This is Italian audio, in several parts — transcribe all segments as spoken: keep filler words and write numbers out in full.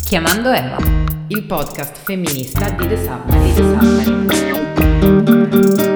Chiamando Eva, il podcast femminista di The Submarine. The Submarine.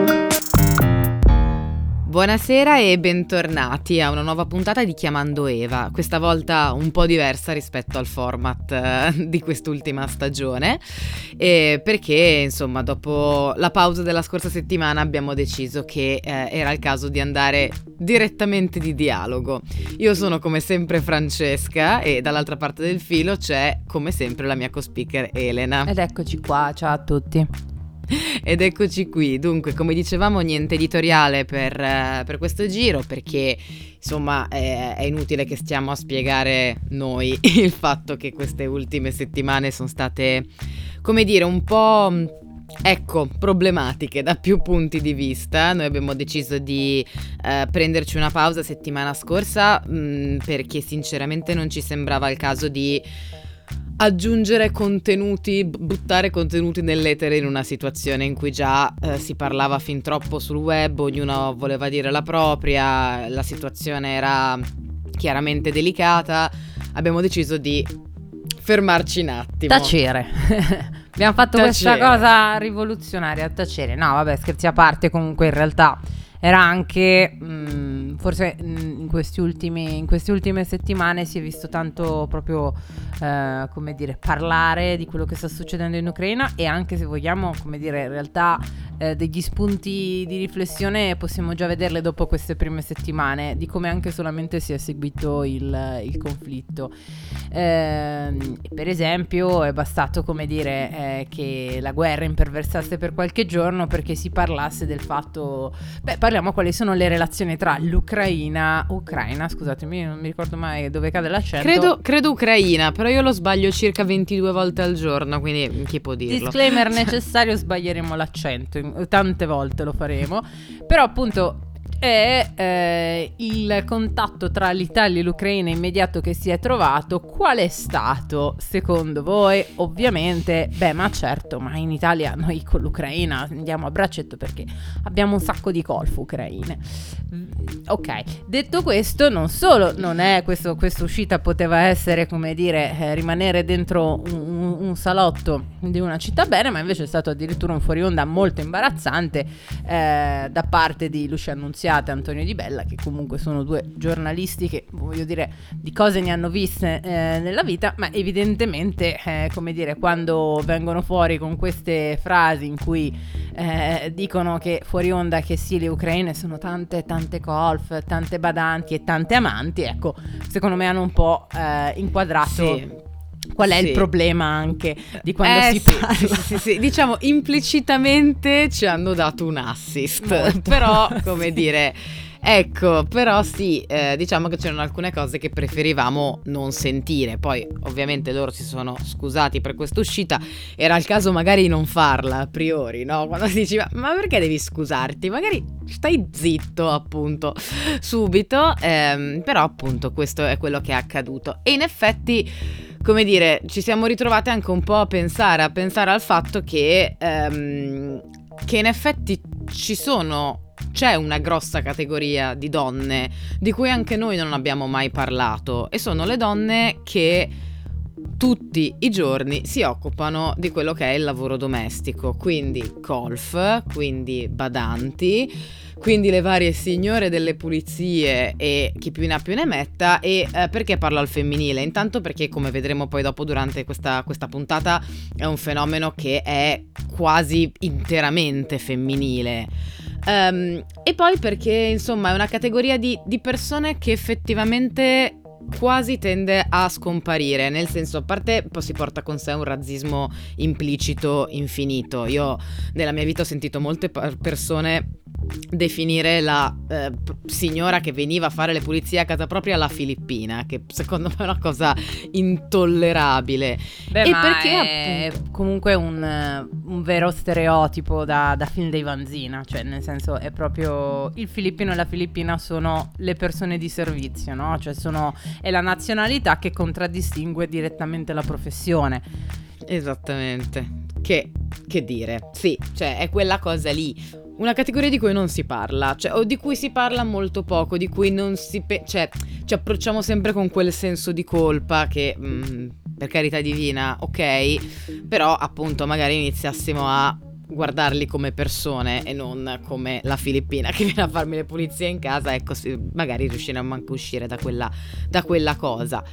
Buonasera e bentornati a una nuova puntata di Chiamando Eva, questa volta un po' diversa rispetto al format eh, di quest'ultima stagione, eh, perché insomma dopo la pausa della scorsa settimana abbiamo deciso che eh, era il caso di andare direttamente di dialogo. Io sono come sempre Francesca e dall'altra parte del filo c'è come sempre la mia co-speaker Elena. Ed eccoci qua, ciao a tutti. Ed eccoci qui. Dunque, come dicevamo, niente editoriale per, uh, per questo giro, perché insomma è, è inutile che stiamo a spiegare noi il fatto che queste ultime settimane sono state, come dire, un po', ecco, problematiche da più punti di vista. Noi abbiamo deciso di uh, prenderci una pausa settimana scorsa mh, perché sinceramente non ci sembrava il caso di aggiungere contenuti, buttare contenuti nell'etere in una situazione in cui già eh, si parlava fin troppo sul web, ognuno voleva dire la propria, la situazione era chiaramente delicata. Abbiamo deciso di fermarci un attimo. Tacere. Abbiamo fatto Tacere. Questa cosa rivoluzionaria, tacere. No, vabbè, scherzi a parte, comunque in realtà era anche mh, forse mh, in questi ultimi in queste ultime settimane si è visto tanto proprio eh, come dire parlare di quello che sta succedendo in Ucraina, e anche, se vogliamo, come dire, in realtà eh, degli spunti di riflessione possiamo già vederle dopo queste prime settimane, di come anche solamente si è seguito il, il conflitto. Eh, per esempio è bastato, come dire, eh, che la guerra imperversasse per qualche giorno perché si parlasse del fatto, beh, parliamo quali sono le relazioni tra l'Ucraina Ucraina, scusatemi, non mi ricordo mai dove cade l'accento. Credo, credo Ucraina, però io lo sbaglio circa ventidue volte al giorno, quindi chi può dirlo? Disclaimer necessario, sbaglieremo l'accento, tante volte lo faremo, però appunto è eh, il contatto tra l'Italia e l'Ucraina immediato che si è trovato. Qual è stato secondo voi? Ovviamente, beh, ma certo, ma in Italia noi con l'Ucraina andiamo a braccetto perché abbiamo un sacco di colf ucraine. Ok, detto questo, non solo non è questo, questa uscita poteva essere, come dire, eh, rimanere dentro un, un, un salotto di una città bene, ma invece è stato addirittura un fuori onda molto imbarazzante eh, da parte di Lucia Annunziata e Antonio Di Bella, che comunque sono due giornalisti che, voglio dire, di cose ne hanno viste eh, nella vita, ma evidentemente eh, come dire, quando vengono fuori con queste frasi in cui eh, dicono che fuori onda che sì, le ucraine sono tante tante colf, tante badanti e tante amanti, ecco, secondo me hanno un po' eh, inquadrato Sì. qual è Sì. il problema anche di quando eh, si sì, parla. sì, sì, sì. Diciamo implicitamente ci hanno dato un assist. Molto. Però, come dire, ecco, però sì, eh, diciamo che c'erano alcune cose che preferivamo non sentire. Poi ovviamente loro si sono scusati per questa uscita, era il caso magari di non farla a priori, no? Quando si diceva ma perché devi scusarti? Magari stai zitto, appunto, subito. ehm, Però appunto questo è quello che è accaduto. E in effetti, come dire, ci siamo ritrovate anche un po' a pensare, a pensare al fatto che, ehm, che in effetti ci sono, c'è una grossa categoria di donne di cui anche noi non abbiamo mai parlato, e sono le donne che tutti i giorni si occupano di quello che è il lavoro domestico, quindi colf, quindi badanti, quindi le varie signore delle pulizie e chi più ne ha più ne metta. E eh, perché parlo al femminile? Intanto perché, come vedremo poi dopo durante questa, questa puntata, è un fenomeno che è quasi interamente femminile. Um, e poi perché insomma è una categoria di, di persone che effettivamente quasi tende a scomparire, nel senso, a parte poi si porta con sé un razzismo implicito infinito. Io nella mia vita ho sentito molte persone definire la eh, signora che veniva a fare le pulizie a casa propria la filippina, che secondo me è una cosa intollerabile. Beh, e ma perché è appunto comunque un, un vero stereotipo da, da film dei Vanzina, cioè nel senso è proprio il filippino e la filippina sono le persone di servizio, no? Cioè sono, è la nazionalità che contraddistingue direttamente la professione. Esattamente. Che, che dire, sì, cioè è quella cosa lì. Una categoria di cui non si parla, cioè, o di cui si parla molto poco, di cui non si... Pe- cioè, ci approcciamo sempre con quel senso di colpa che... Mm, per carità divina, ok, però appunto magari iniziassimo a guardarli come persone e non come la filippina che viene a farmi le pulizie in casa, ecco, magari riusciremmo anche a uscire da quella, da quella cosa.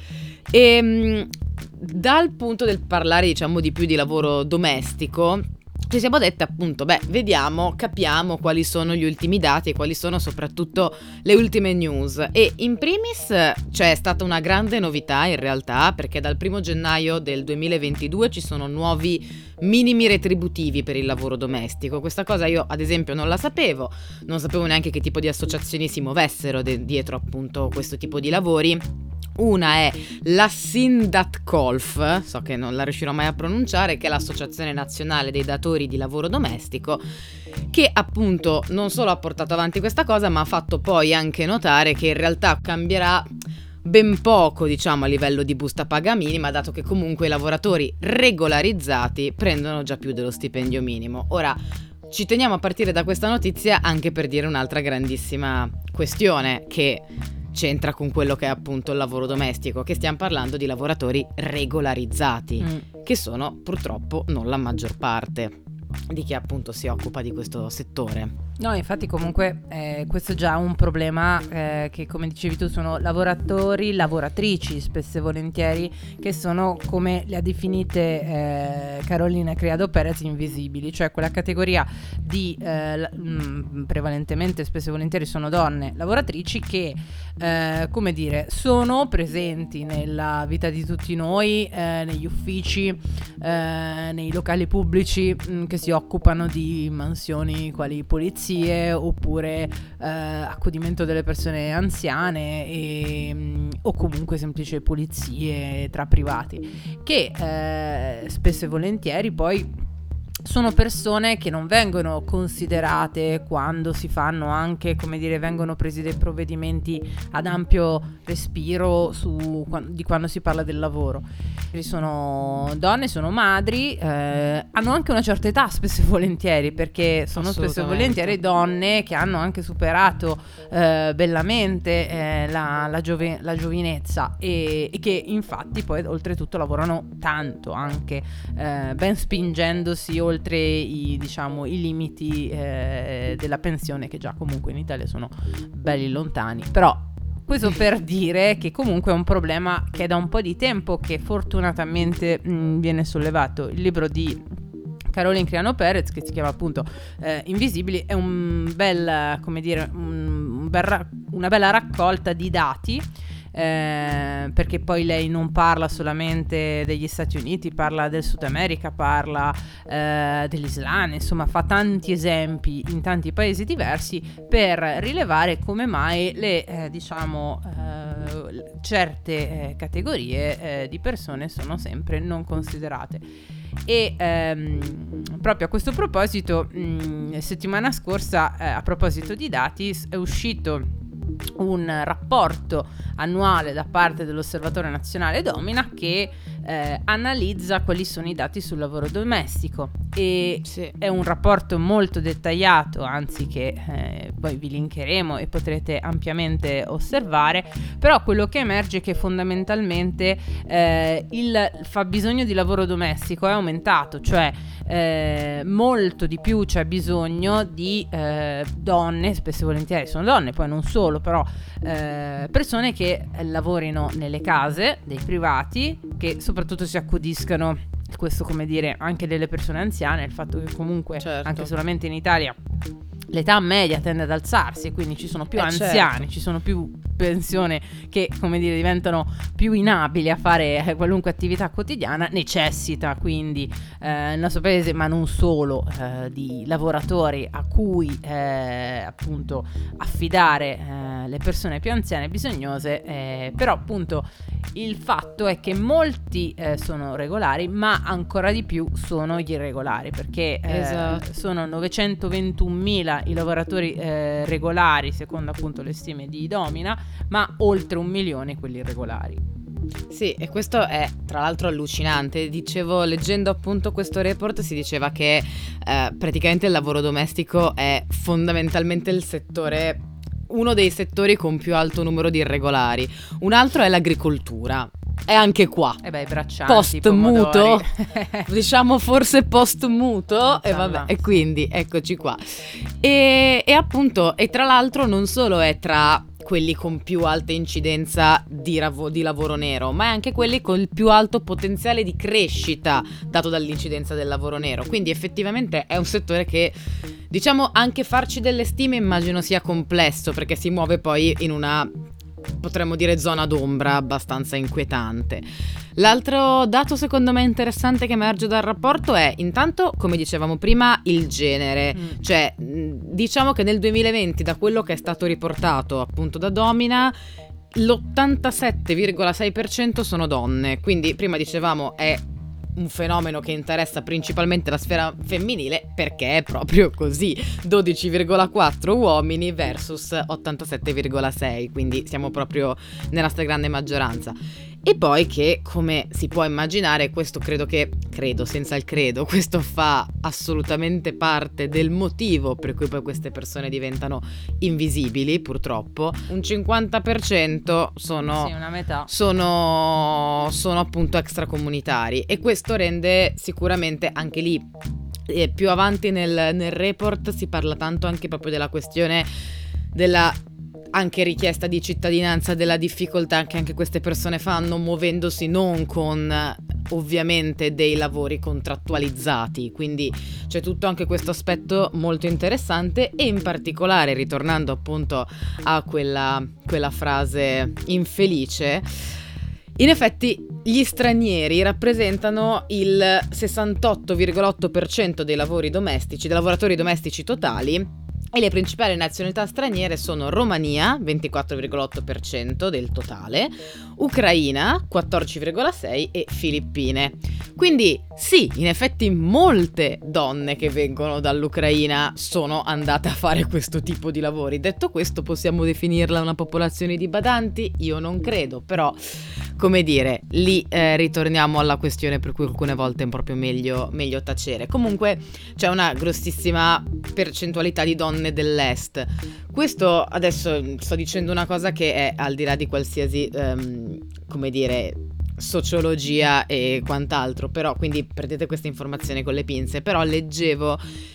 E dal punto del parlare, diciamo, di più di lavoro domestico, ci siamo dette appunto, beh, vediamo, capiamo quali sono gli ultimi dati e quali sono soprattutto le ultime news. E in primis c'è stata una grande novità in realtà, perché dal primo gennaio del duemilaventidue ci sono nuovi minimi retributivi per il lavoro domestico. Questa cosa io ad esempio non la sapevo, non sapevo neanche che tipo di associazioni si muovessero de- dietro appunto questo tipo di lavori. Una è la Sindatcolf, so che non la riuscirò mai a pronunciare, che è l'Associazione Nazionale dei Datori di Lavoro Domestico, che appunto non solo ha portato avanti questa cosa, ma ha fatto poi anche notare che in realtà cambierà ben poco, diciamo, a livello di busta paga minima, dato che comunque i lavoratori regolarizzati prendono già più dello stipendio minimo. Ora, ci teniamo a partire da questa notizia anche per dire un'altra grandissima questione che c'entra con quello che è appunto il lavoro domestico, che stiamo parlando di lavoratori regolarizzati, mm. che sono purtroppo non la maggior parte di chi appunto si occupa di questo settore. No, infatti comunque eh, questo è già un problema eh, che, come dicevi tu, sono lavoratori, lavoratrici spesso e volentieri, che sono, come le ha definite eh, Carolina Criado Perez, invisibili, cioè quella categoria di eh, mh, prevalentemente spesso e volentieri sono donne lavoratrici che eh, come dire, sono presenti nella vita di tutti noi, eh, negli uffici, eh, nei locali pubblici mh, che si occupano di mansioni quali polizia oppure eh, accudimento delle persone anziane e, mh, o comunque semplici pulizie tra privati, che eh, spesso e volentieri poi sono persone che non vengono considerate quando si fanno anche, come dire, vengono presi dei provvedimenti ad ampio respiro su, di quando si parla del lavoro. Sono donne, sono madri, eh, hanno anche una certa età spesso e volentieri, perché sono spesso e volentieri donne che hanno anche superato eh, bellamente eh, la, la, giove, la giovinezza e, e che infatti poi oltretutto lavorano tanto anche, eh, ben spingendosi oltre i, diciamo, i limiti eh, della pensione, che già comunque in Italia sono belli lontani. Però questo per dire che comunque è un problema che è da un po' di tempo che fortunatamente mh, viene sollevato. Il libro di Carolina Criado Perez, che si chiama appunto eh, Invisibili, è un bel, come dire, un bel ra- una bella raccolta di dati. Eh, perché poi lei non parla solamente degli Stati Uniti, parla del Sud America, parla eh, dell'Islanda, insomma fa tanti esempi in tanti paesi diversi per rilevare come mai le eh, diciamo eh, certe eh, categorie eh, di persone sono sempre non considerate. E ehm, proprio a questo proposito mh, settimana scorsa eh, a proposito di dati è uscito un rapporto annuale da parte dell'Osservatorio Nazionale Domina che eh, analizza quali sono i dati sul lavoro domestico e sì. È un rapporto molto dettagliato, anzi che eh, poi vi linkeremo e potrete ampiamente osservare, però quello che emerge è che fondamentalmente eh, il fabbisogno di lavoro domestico è aumentato, cioè eh, molto di più c'è bisogno di eh, donne, spesso e volentieri sono donne, poi non solo, però eh, persone che lavorino nelle case dei privati, che soprattutto si accudiscano, questo come dire, anche delle persone anziane, il fatto che comunque certo. anche solamente in Italia l'età media tende ad alzarsi e quindi ci sono più eh anziani, certo. ci sono più pensione che, come dire, diventano più inabili a fare qualunque attività quotidiana, necessita quindi eh, il nostro paese, ma non solo, eh, di lavoratori a cui eh, appunto affidare eh, le persone più anziane e bisognose, eh, però appunto il fatto è che molti eh, sono regolari, ma ancora di più sono gli irregolari, perché eh, esatto. sono novecentoventunomila i lavoratori eh, regolari secondo appunto le stime di Domina, ma oltre un milione quelli irregolari. Sì, e questo è tra l'altro allucinante. Dicevo, leggendo appunto questo report, si diceva che eh, praticamente il lavoro domestico è fondamentalmente il settore, uno dei settori con più alto numero di irregolari. Un altro è l'agricoltura, è anche qua. E beh, i braccianti, Post muto, pomodori. diciamo forse post muto, e Insomma, vabbè, e quindi eccoci qua. E, e appunto, e tra l'altro non solo è tra quelli con più alta incidenza di, ravo- di lavoro nero, ma è anche quelli con il più alto potenziale di crescita dato dall'incidenza del lavoro nero. Quindi effettivamente è un settore che, diciamo, anche farci delle stime immagino sia complesso, perché si muove poi in una, potremmo dire, zona d'ombra abbastanza inquietante. L'altro dato secondo me interessante che emerge dal rapporto è, intanto, come dicevamo prima, il genere. Mm. Cioè, mh, diciamo che nel duemilaventi, da quello che è stato riportato appunto da Domina, l'ottantasette virgola sei per cento sono donne. Quindi prima dicevamo è un fenomeno che interessa principalmente la sfera femminile, perché è proprio così: dodici virgola quattro uomini versus ottantasette virgola sei, quindi siamo proprio nella stragrande maggioranza. E poi che, come si può immaginare, questo credo che, credo senza il credo, questo fa assolutamente parte del motivo per cui poi queste persone diventano invisibili, purtroppo. Un cinquanta per cento sono, Sì, una metà. sono, sono appunto extracomunitari, e questo rende sicuramente anche lì, eh, più avanti nel, nel report si parla tanto anche proprio della questione della anche richiesta di cittadinanza, della difficoltà che anche queste persone fanno muovendosi non con ovviamente dei lavori contrattualizzati, quindi c'è tutto anche questo aspetto molto interessante. E in particolare, ritornando appunto a quella, quella frase infelice, in effetti gli stranieri rappresentano il sessantotto virgola otto per cento dei lavori domestici, dei lavoratori domestici totali, e le principali nazionalità straniere sono Romania, ventiquattro virgola otto per cento del totale, Ucraina, quattordici virgola sei per cento, e Filippine. Quindi sì, in effetti molte donne che vengono dall'Ucraina sono andate a fare questo tipo di lavori. Detto questo, possiamo definirla una popolazione di badanti? Io non credo, però, come dire, lì eh, ritorniamo alla questione per cui alcune volte è proprio meglio, meglio tacere. Comunque c'è una grossissima percentualità di donne dell'est. Questo, adesso sto dicendo una cosa che è al di là di qualsiasi, um, come dire, sociologia e quant'altro, però, quindi prendete queste informazioni con le pinze. Però leggevo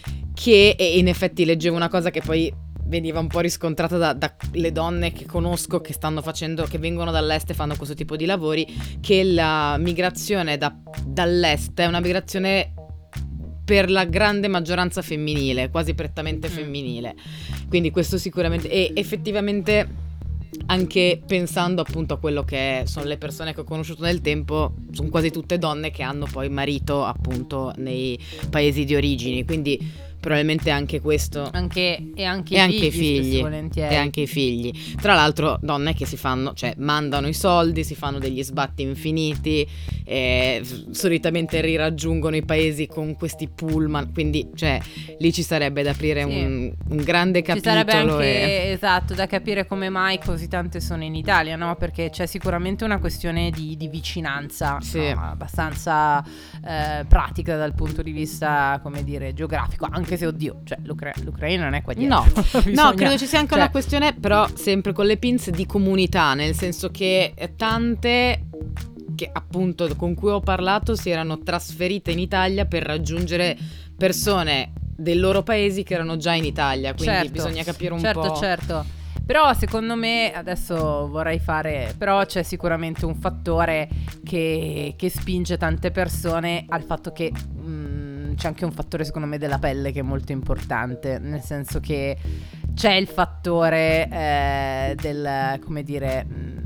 che, e in effetti leggevo una cosa che poi veniva un po' riscontrata da, dalle donne che conosco che stanno facendo, che vengono dall'est e fanno questo tipo di lavori, che la migrazione da, dall'est è una migrazione per la grande maggioranza femminile, quasi prettamente femminile. Quindi questo sicuramente, e effettivamente anche pensando appunto a quello che sono le persone che ho conosciuto nel tempo, sono quasi tutte donne che hanno poi marito appunto nei paesi di origine, quindi probabilmente anche questo anche, e anche e i anche figli, i figli volentieri. e anche i figli, tra l'altro donne che si fanno, cioè mandano i soldi, si fanno degli sbatti infiniti, e solitamente riraggiungono i paesi con questi pullman, quindi cioè lì ci sarebbe da aprire Sì. un, un grande capitolo. Ci sarebbe anche, e... esatto, da capire come mai così tante sono in Italia, no? Perché c'è sicuramente una questione di, di vicinanza, Sì. no? Abbastanza eh, pratica dal punto di vista, come dire, geografico, anche se, oddio, cioè l'Ucra- l'Ucraina non è qua dietro. No, Bisogna- no, credo ci sia anche cioè, una questione, però sempre con le pinze, di comunità, nel senso che tante che appunto con cui ho parlato si erano trasferite in Italia per raggiungere persone dei loro paesi che erano già in Italia, quindi certo, bisogna capire un certo, po'. Certo, però secondo me, adesso vorrei fare, però c'è sicuramente un fattore che, che spinge tante persone al fatto che mh, c'è anche un fattore secondo me della pelle che è molto importante, nel senso che c'è il fattore eh, del, come dire, mh,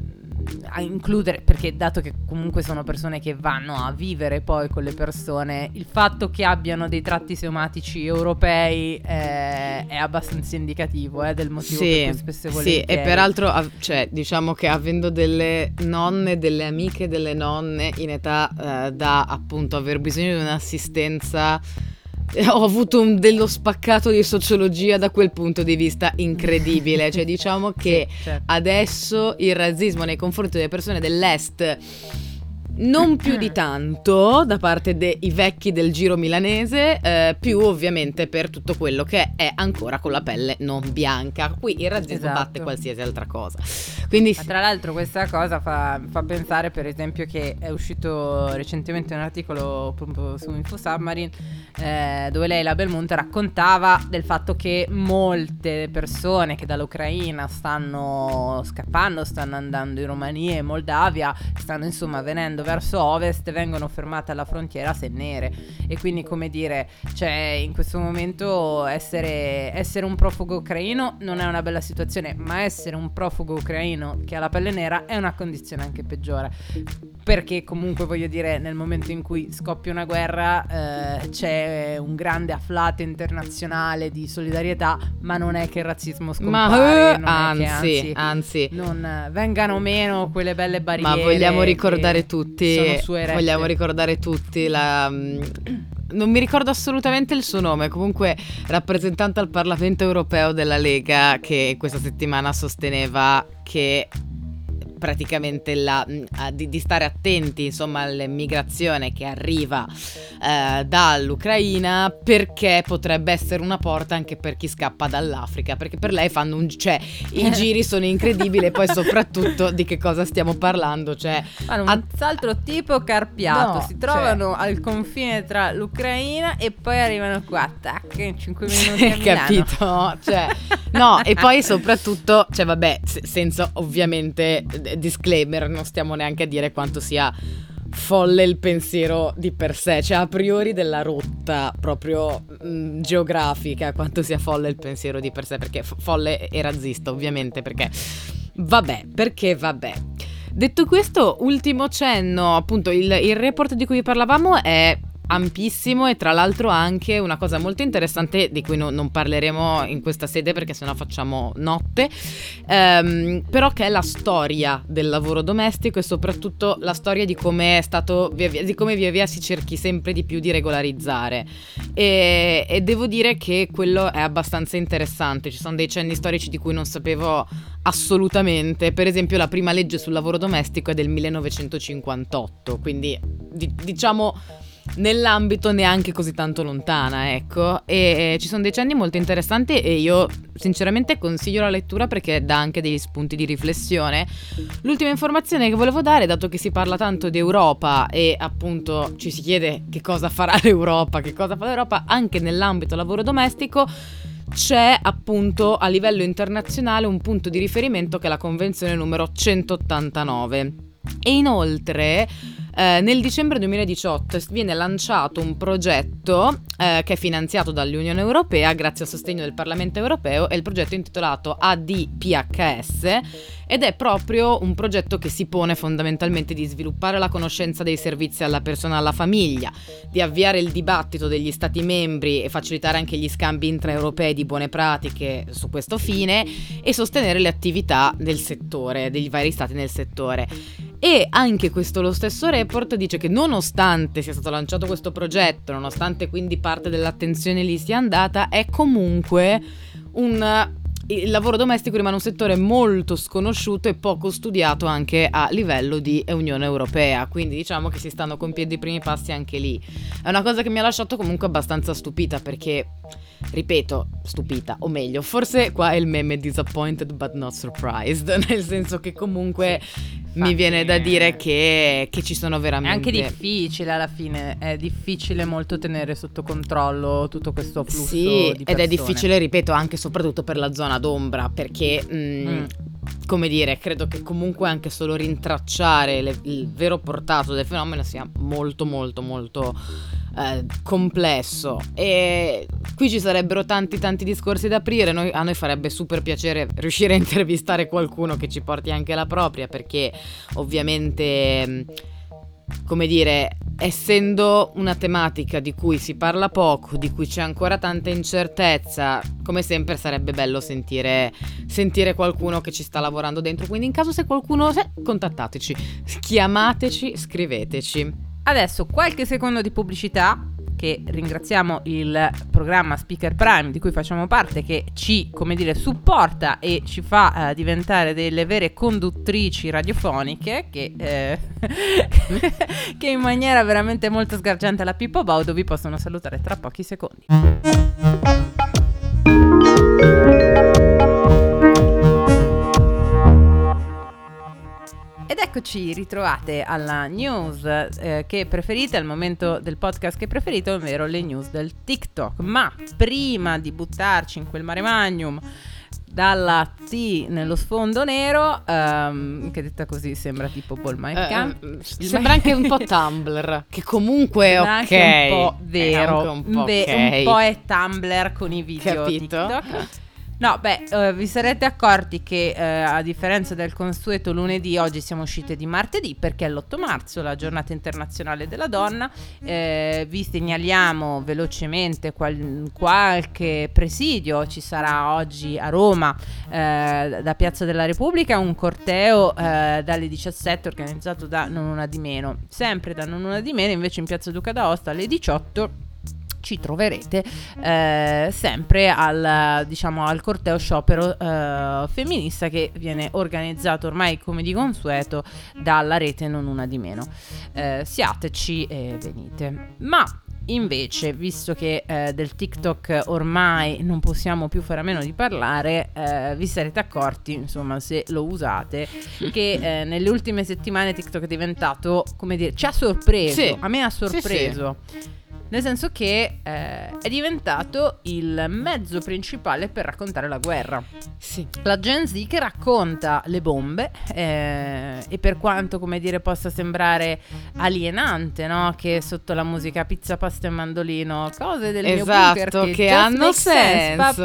a includere, perché dato che comunque sono persone che vanno a vivere poi con le persone, il fatto che abbiano dei tratti somatici europei eh, è abbastanza indicativo eh, del motivo Sì, per cui spesso e sì, volentieri. e peraltro av- cioè, diciamo che avendo delle nonne, delle amiche delle nonne in età eh, da appunto aver bisogno di un'assistenza, eh, ho avuto un, dello spaccato di sociologia da quel punto di vista incredibile. Cioè diciamo che Sì, certo. adesso il razzismo nei confronti delle persone dell'est Non più di tanto da parte dei vecchi del Giro milanese, eh, più ovviamente per tutto quello che è ancora con la pelle non bianca. Qui il razzismo Esatto. batte qualsiasi altra cosa. Quindi Ma tra l'altro questa cosa fa, fa pensare per esempio che è uscito recentemente un articolo proprio su InfoSubmarine eh, dove lei, la Belmonte, raccontava del fatto che molte persone che dall'Ucraina stanno scappando, stanno andando in Romania e Moldavia, stanno insomma venendo verso ovest, vengono fermate alla frontiera se nere. E quindi, come dire, cioè in questo momento essere, essere un profugo ucraino non è una bella situazione, ma essere un profugo ucraino che ha la pelle nera è una condizione anche peggiore, perché comunque, voglio dire, nel momento in cui scoppia una guerra eh, c'è un grande afflato internazionale di solidarietà, ma non è che il razzismo scompare, Ma, non anzi, è che, anzi, anzi, non eh, vengano meno quelle belle barriere. ma vogliamo ricordare che tutti, sono su erette. vogliamo ricordare tutti la... non mi ricordo assolutamente il suo nome, comunque rappresentante al Parlamento europeo della Lega, che questa settimana sosteneva che praticamente la, di, di stare attenti insomma all'immigrazione che arriva eh, dall'Ucraina, perché potrebbe essere una porta anche per chi scappa dall'Africa, perché per lei fanno un, cioè i giri sono incredibili e poi soprattutto di che cosa stiamo parlando, cioè fanno un a- salto tipo carpiato, No, si trovano al confine tra l'Ucraina e poi arrivano qua, tac, in cinque minuti a Hai Milano. capito? Cioè, no, e poi soprattutto, cioè vabbè, se- senza ovviamente eh, disclaimer, non stiamo neanche a dire quanto sia folle il pensiero di per sé, cioè a priori della rotta proprio mh, geografica, quanto sia folle il pensiero di per sé, perché fo- folle e razzista ovviamente, perché vabbè, perché vabbè. Detto questo, ultimo cenno, appunto il, il report di cui parlavamo è ampissimo e tra l'altro anche una cosa molto interessante di cui no, non parleremo in questa sede perché sennò facciamo notte, ehm, però che è la storia del lavoro domestico e soprattutto la storia di come è stato via via, di come via via si cerchi sempre di più di regolarizzare e, e devo dire che quello è abbastanza interessante. Ci sono dei cenni storici di cui non sapevo assolutamente. Per esempio la prima legge sul lavoro domestico è del millenovecentocinquantotto, quindi di, diciamo nell'ambito neanche così tanto lontana, ecco, e, e ci sono dei cenni molto interessanti e io sinceramente consiglio la lettura perché dà anche degli spunti di riflessione. L'ultima informazione che volevo dare, dato che si parla tanto di Europa e appunto ci si chiede che cosa farà l'Europa, che cosa fa l'Europa anche nell'ambito lavoro domestico, c'è appunto a livello internazionale un punto di riferimento che è la convenzione numero centottantanove e inoltre eh, nel dicembre duemiladiciotto viene lanciato un progetto eh, che è finanziato dall'Unione Europea grazie al sostegno del Parlamento Europeo, e il progetto è intitolato A D P H S ed è proprio un progetto che si pone fondamentalmente di sviluppare la conoscenza dei servizi alla persona e alla famiglia, di avviare il dibattito degli Stati membri e facilitare anche gli scambi intraeuropei di buone pratiche su questo fine e sostenere le attività del settore, degli vari Stati nel settore. E anche questo, lo stesso report dice che nonostante sia stato lanciato questo progetto, nonostante quindi parte dell'attenzione lì sia andata, è comunque un... il lavoro domestico rimane un settore molto sconosciuto e poco studiato anche a livello di Unione Europea, quindi diciamo che si stanno compiendo i primi passi anche lì. È una cosa che mi ha lasciato comunque abbastanza stupita perché, ripeto, stupita, o meglio, forse qua è il meme disappointed but not surprised, nel senso che comunque mi viene da dire che, che ci sono È veramente... anche difficile alla fine, è difficile molto tenere sotto controllo tutto questo flusso Sì, di ed persone. è difficile, ripeto, anche e soprattutto per la zona d'ombra, perché, mh, Mm. come dire, credo che comunque anche solo rintracciare le- il vero portato del fenomeno sia molto, molto, molto eh, complesso. E qui ci sarebbero tanti, tanti discorsi da aprire. Noi- a noi farebbe super piacere riuscire a intervistare qualcuno che ci porti anche la propria, perché ovviamente... mh, come dire, essendo una tematica di cui si parla poco, di cui c'è ancora tanta incertezza, come sempre sarebbe bello sentire, sentire qualcuno che ci sta lavorando dentro. Quindi in caso se qualcuno, se, contattateci, chiamateci, scriveteci. Adesso qualche secondo di pubblicità che ringraziamo il programma Speaker Prime di cui facciamo parte, che ci, come dire, supporta e ci fa eh, diventare delle vere conduttrici radiofoniche che, eh, che in maniera veramente molto sgargiante alla Pippo Baudo vi possono salutare tra pochi secondi. Ed eccoci ritrovate alla news eh, che preferite, al momento del podcast che preferite, ovvero le news del TikTok. Ma prima di buttarci in quel mare magnum dalla T nello sfondo nero, um, che detta così sembra tipo Paul Mike, uh, sembra anche un po' Tumblr, che comunque è ok, anche un po' vero, è un po', Beh, okay. un po' è Tumblr con i video. Capito? TikTok. No, beh, uh, vi sarete accorti che uh, a differenza del consueto lunedì, oggi siamo uscite di martedì perché è l'otto marzo, la giornata internazionale della donna. Eh, vi segnaliamo velocemente qual- qualche presidio. Ci sarà oggi a Roma, eh, da Piazza della Repubblica, un corteo eh, dalle diciassette organizzato da Non Una Di Meno. Sempre da Non Una Di Meno, invece in Piazza Duca d'Aosta alle diciotto ci troverete eh, sempre al, diciamo, al corteo sciopero eh, femminista che viene organizzato ormai come di consueto dalla rete Non Una Di Meno. Eh, siateci e venite. Ma invece, visto che eh, del TikTok ormai non possiamo più fare a meno di parlare, eh, vi sarete accorti, insomma, se lo usate, che eh, nelle ultime settimane TikTok è diventato, come dire, ci ha sorpreso. Sì. A me ha sorpreso. Sì, sì. Nel senso che eh, è diventato il mezzo principale per raccontare la guerra. Sì. La Gen Z che racconta le bombe eh, e per quanto, come dire, possa sembrare alienante, no? Che sotto la musica pizza, pasta e mandolino, cose del esatto, mio bunker che, che hanno senso.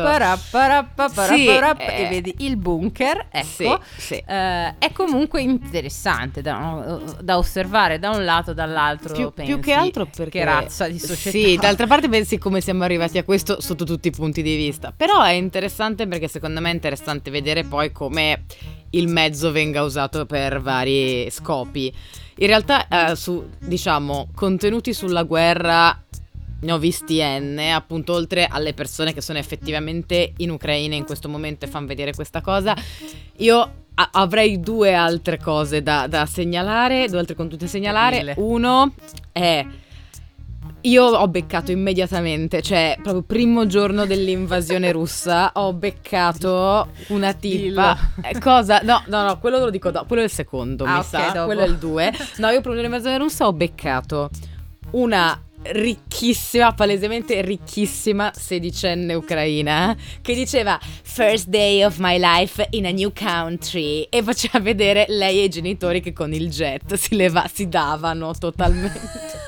Sì, e eh, vedi il bunker, ecco, sì, sì. Eh, è comunque interessante da, da osservare da un lato, dall'altro più, pensi, più che altro perché che razza di società. Sì, d'altra parte pensi come siamo arrivati a questo sotto tutti i punti di vista. Però è interessante perché secondo me è interessante vedere poi come il mezzo venga usato per vari scopi. In realtà eh, su, diciamo, contenuti sulla guerra ne ho visti N, appunto, oltre alle persone che sono effettivamente in Ucraina in questo momento e fanno vedere questa cosa. Io a- avrei due altre cose da, da segnalare, due altri contenuti da segnalare. Mille. Uno è... Io ho beccato immediatamente, cioè proprio primo giorno dell'invasione russa, ho beccato una tipa. Eh, cosa? No, no, no, quello lo dico dopo, quello è il secondo, ah, mi okay, sa, dopo. quello è il due. No, io prima dell'invasione russa ho beccato una ricchissima, palesemente ricchissima sedicenne ucraina che diceva first day of my life in a new country e faceva vedere lei e i genitori che con il jet si, leva- si davano totalmente.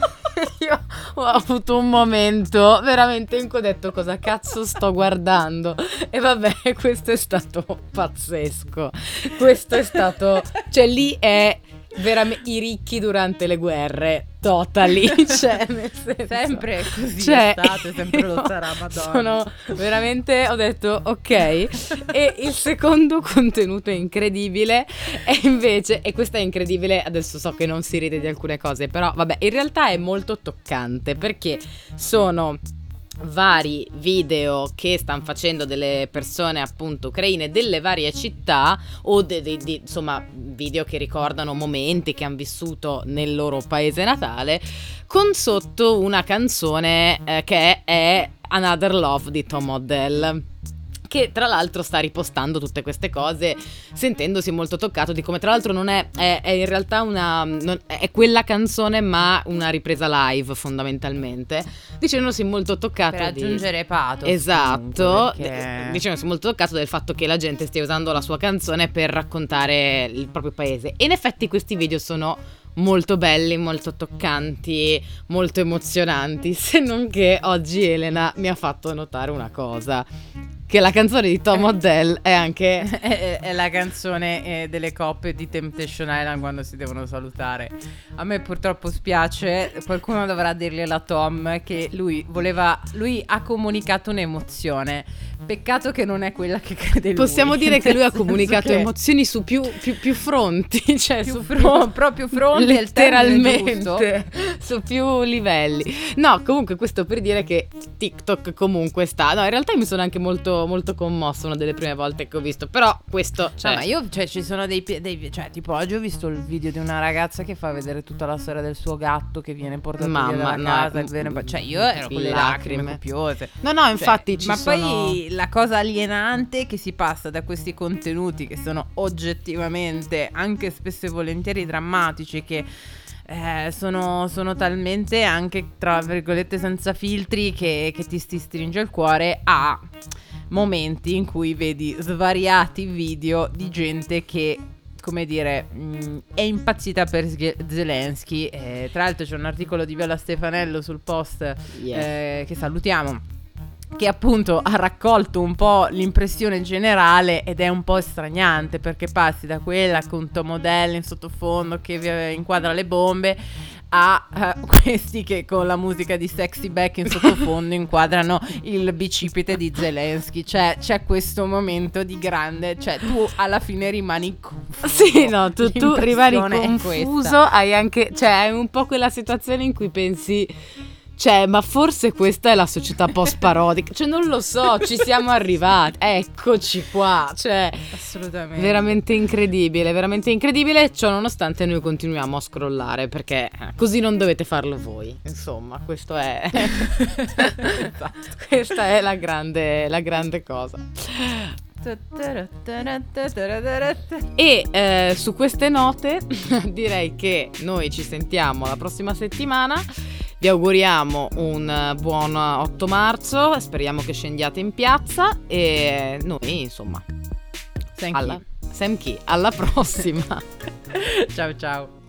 Io ho avuto un momento veramente in cui ho detto cosa cazzo sto guardando e vabbè, questo è stato pazzesco, questo è stato, cioè lì è veramente i ricchi durante le guerre totally, cioè nel senso, sempre così cioè, è stato e sempre lo sarà, madonna. Sono veramente, ho detto ok. E il secondo contenuto incredibile è invece, e questo è incredibile, adesso so che non si ride di alcune cose, però vabbè, in realtà è molto toccante perché sono vari video che stanno facendo delle persone appunto ucraine delle varie città o de, de, de, insomma video che ricordano momenti che hanno vissuto nel loro paese natale con sotto una canzone eh, che è Another Love di Tom Odell, che tra l'altro sta ripostando tutte queste cose sentendosi molto toccato di come tra l'altro non è, è, è in realtà una non, è quella canzone ma una ripresa live fondamentalmente, dicendosi molto toccato per di, aggiungere pathos, esatto, perché... dicendosi molto toccato del fatto che la gente stia usando la sua canzone per raccontare il proprio paese e in effetti questi video sono molto belli, molto toccanti, molto emozionanti, se non che oggi Elena mi ha fatto notare una cosa che la canzone di Tom Odell è anche è, è la canzone eh, delle coppie di Temptation Island quando si devono salutare. A me purtroppo spiace, qualcuno dovrà dirgliela a Tom che lui voleva, lui ha comunicato un'emozione. Peccato che non è quella che crede lui. Possiamo dire che lui ha comunicato che emozioni su più, più, più fronti, cioè più su fro- proprio fronti, è il termine giusto. letteralmente su più livelli. No, comunque questo per dire che TikTok comunque sta. No, in realtà mi sono anche molto molto commossa una delle prime volte che ho visto, però questo cioè No, ma io, cioè, ci sono dei, pi- dei cioè, tipo oggi ho visto il video di una ragazza che fa vedere tutta la storia del suo gatto che viene portato Mamma, via dalla no, casa, è- e viene- cioè io ero con le lacrime lacrime. copiose. No, no, infatti Cioè, ci ma sono poi la cosa alienante è che si passa da questi contenuti che sono oggettivamente anche spesso e volentieri drammatici, che eh, sono, sono talmente anche tra virgolette senza filtri che, che ti, ti stringe il cuore, a momenti in cui vedi svariati video di gente che, come dire, mh, è impazzita per Zge- Zelensky. Eh, tra l'altro c'è un articolo di Viola Stefanello sul Post, Yes. eh, che salutiamo, che appunto ha raccolto un po' l'impressione generale, ed è un po' estraniante perché passi da quella con Tom Odell in sottofondo che vi- inquadra le bombe a uh, questi che con la musica di Sexy Back in sottofondo inquadrano il bicipite di Zelensky. Cioè c'è questo momento di grande, cioè tu alla fine rimani confuso. Sì, no, tu, tu rimani L'impressione è confuso, questa. hai anche, cioè hai un po' quella situazione in cui pensi, cioè, ma forse questa è la società post-parodica, cioè non lo so, ci siamo arrivati, eccoci qua, cioè Assolutamente. veramente incredibile, veramente incredibile. Ciò nonostante noi continuiamo a scrollare perché eh, così non dovete farlo voi, insomma, questo è Esatto. questa è la grande, la grande cosa. E eh, su queste note direi che noi ci sentiamo la prossima settimana. Vi auguriamo un eh, buon otto marzo, speriamo che scendiate in piazza e noi insomma Thank alla, you. Sam Chi, alla prossima. Ciao ciao.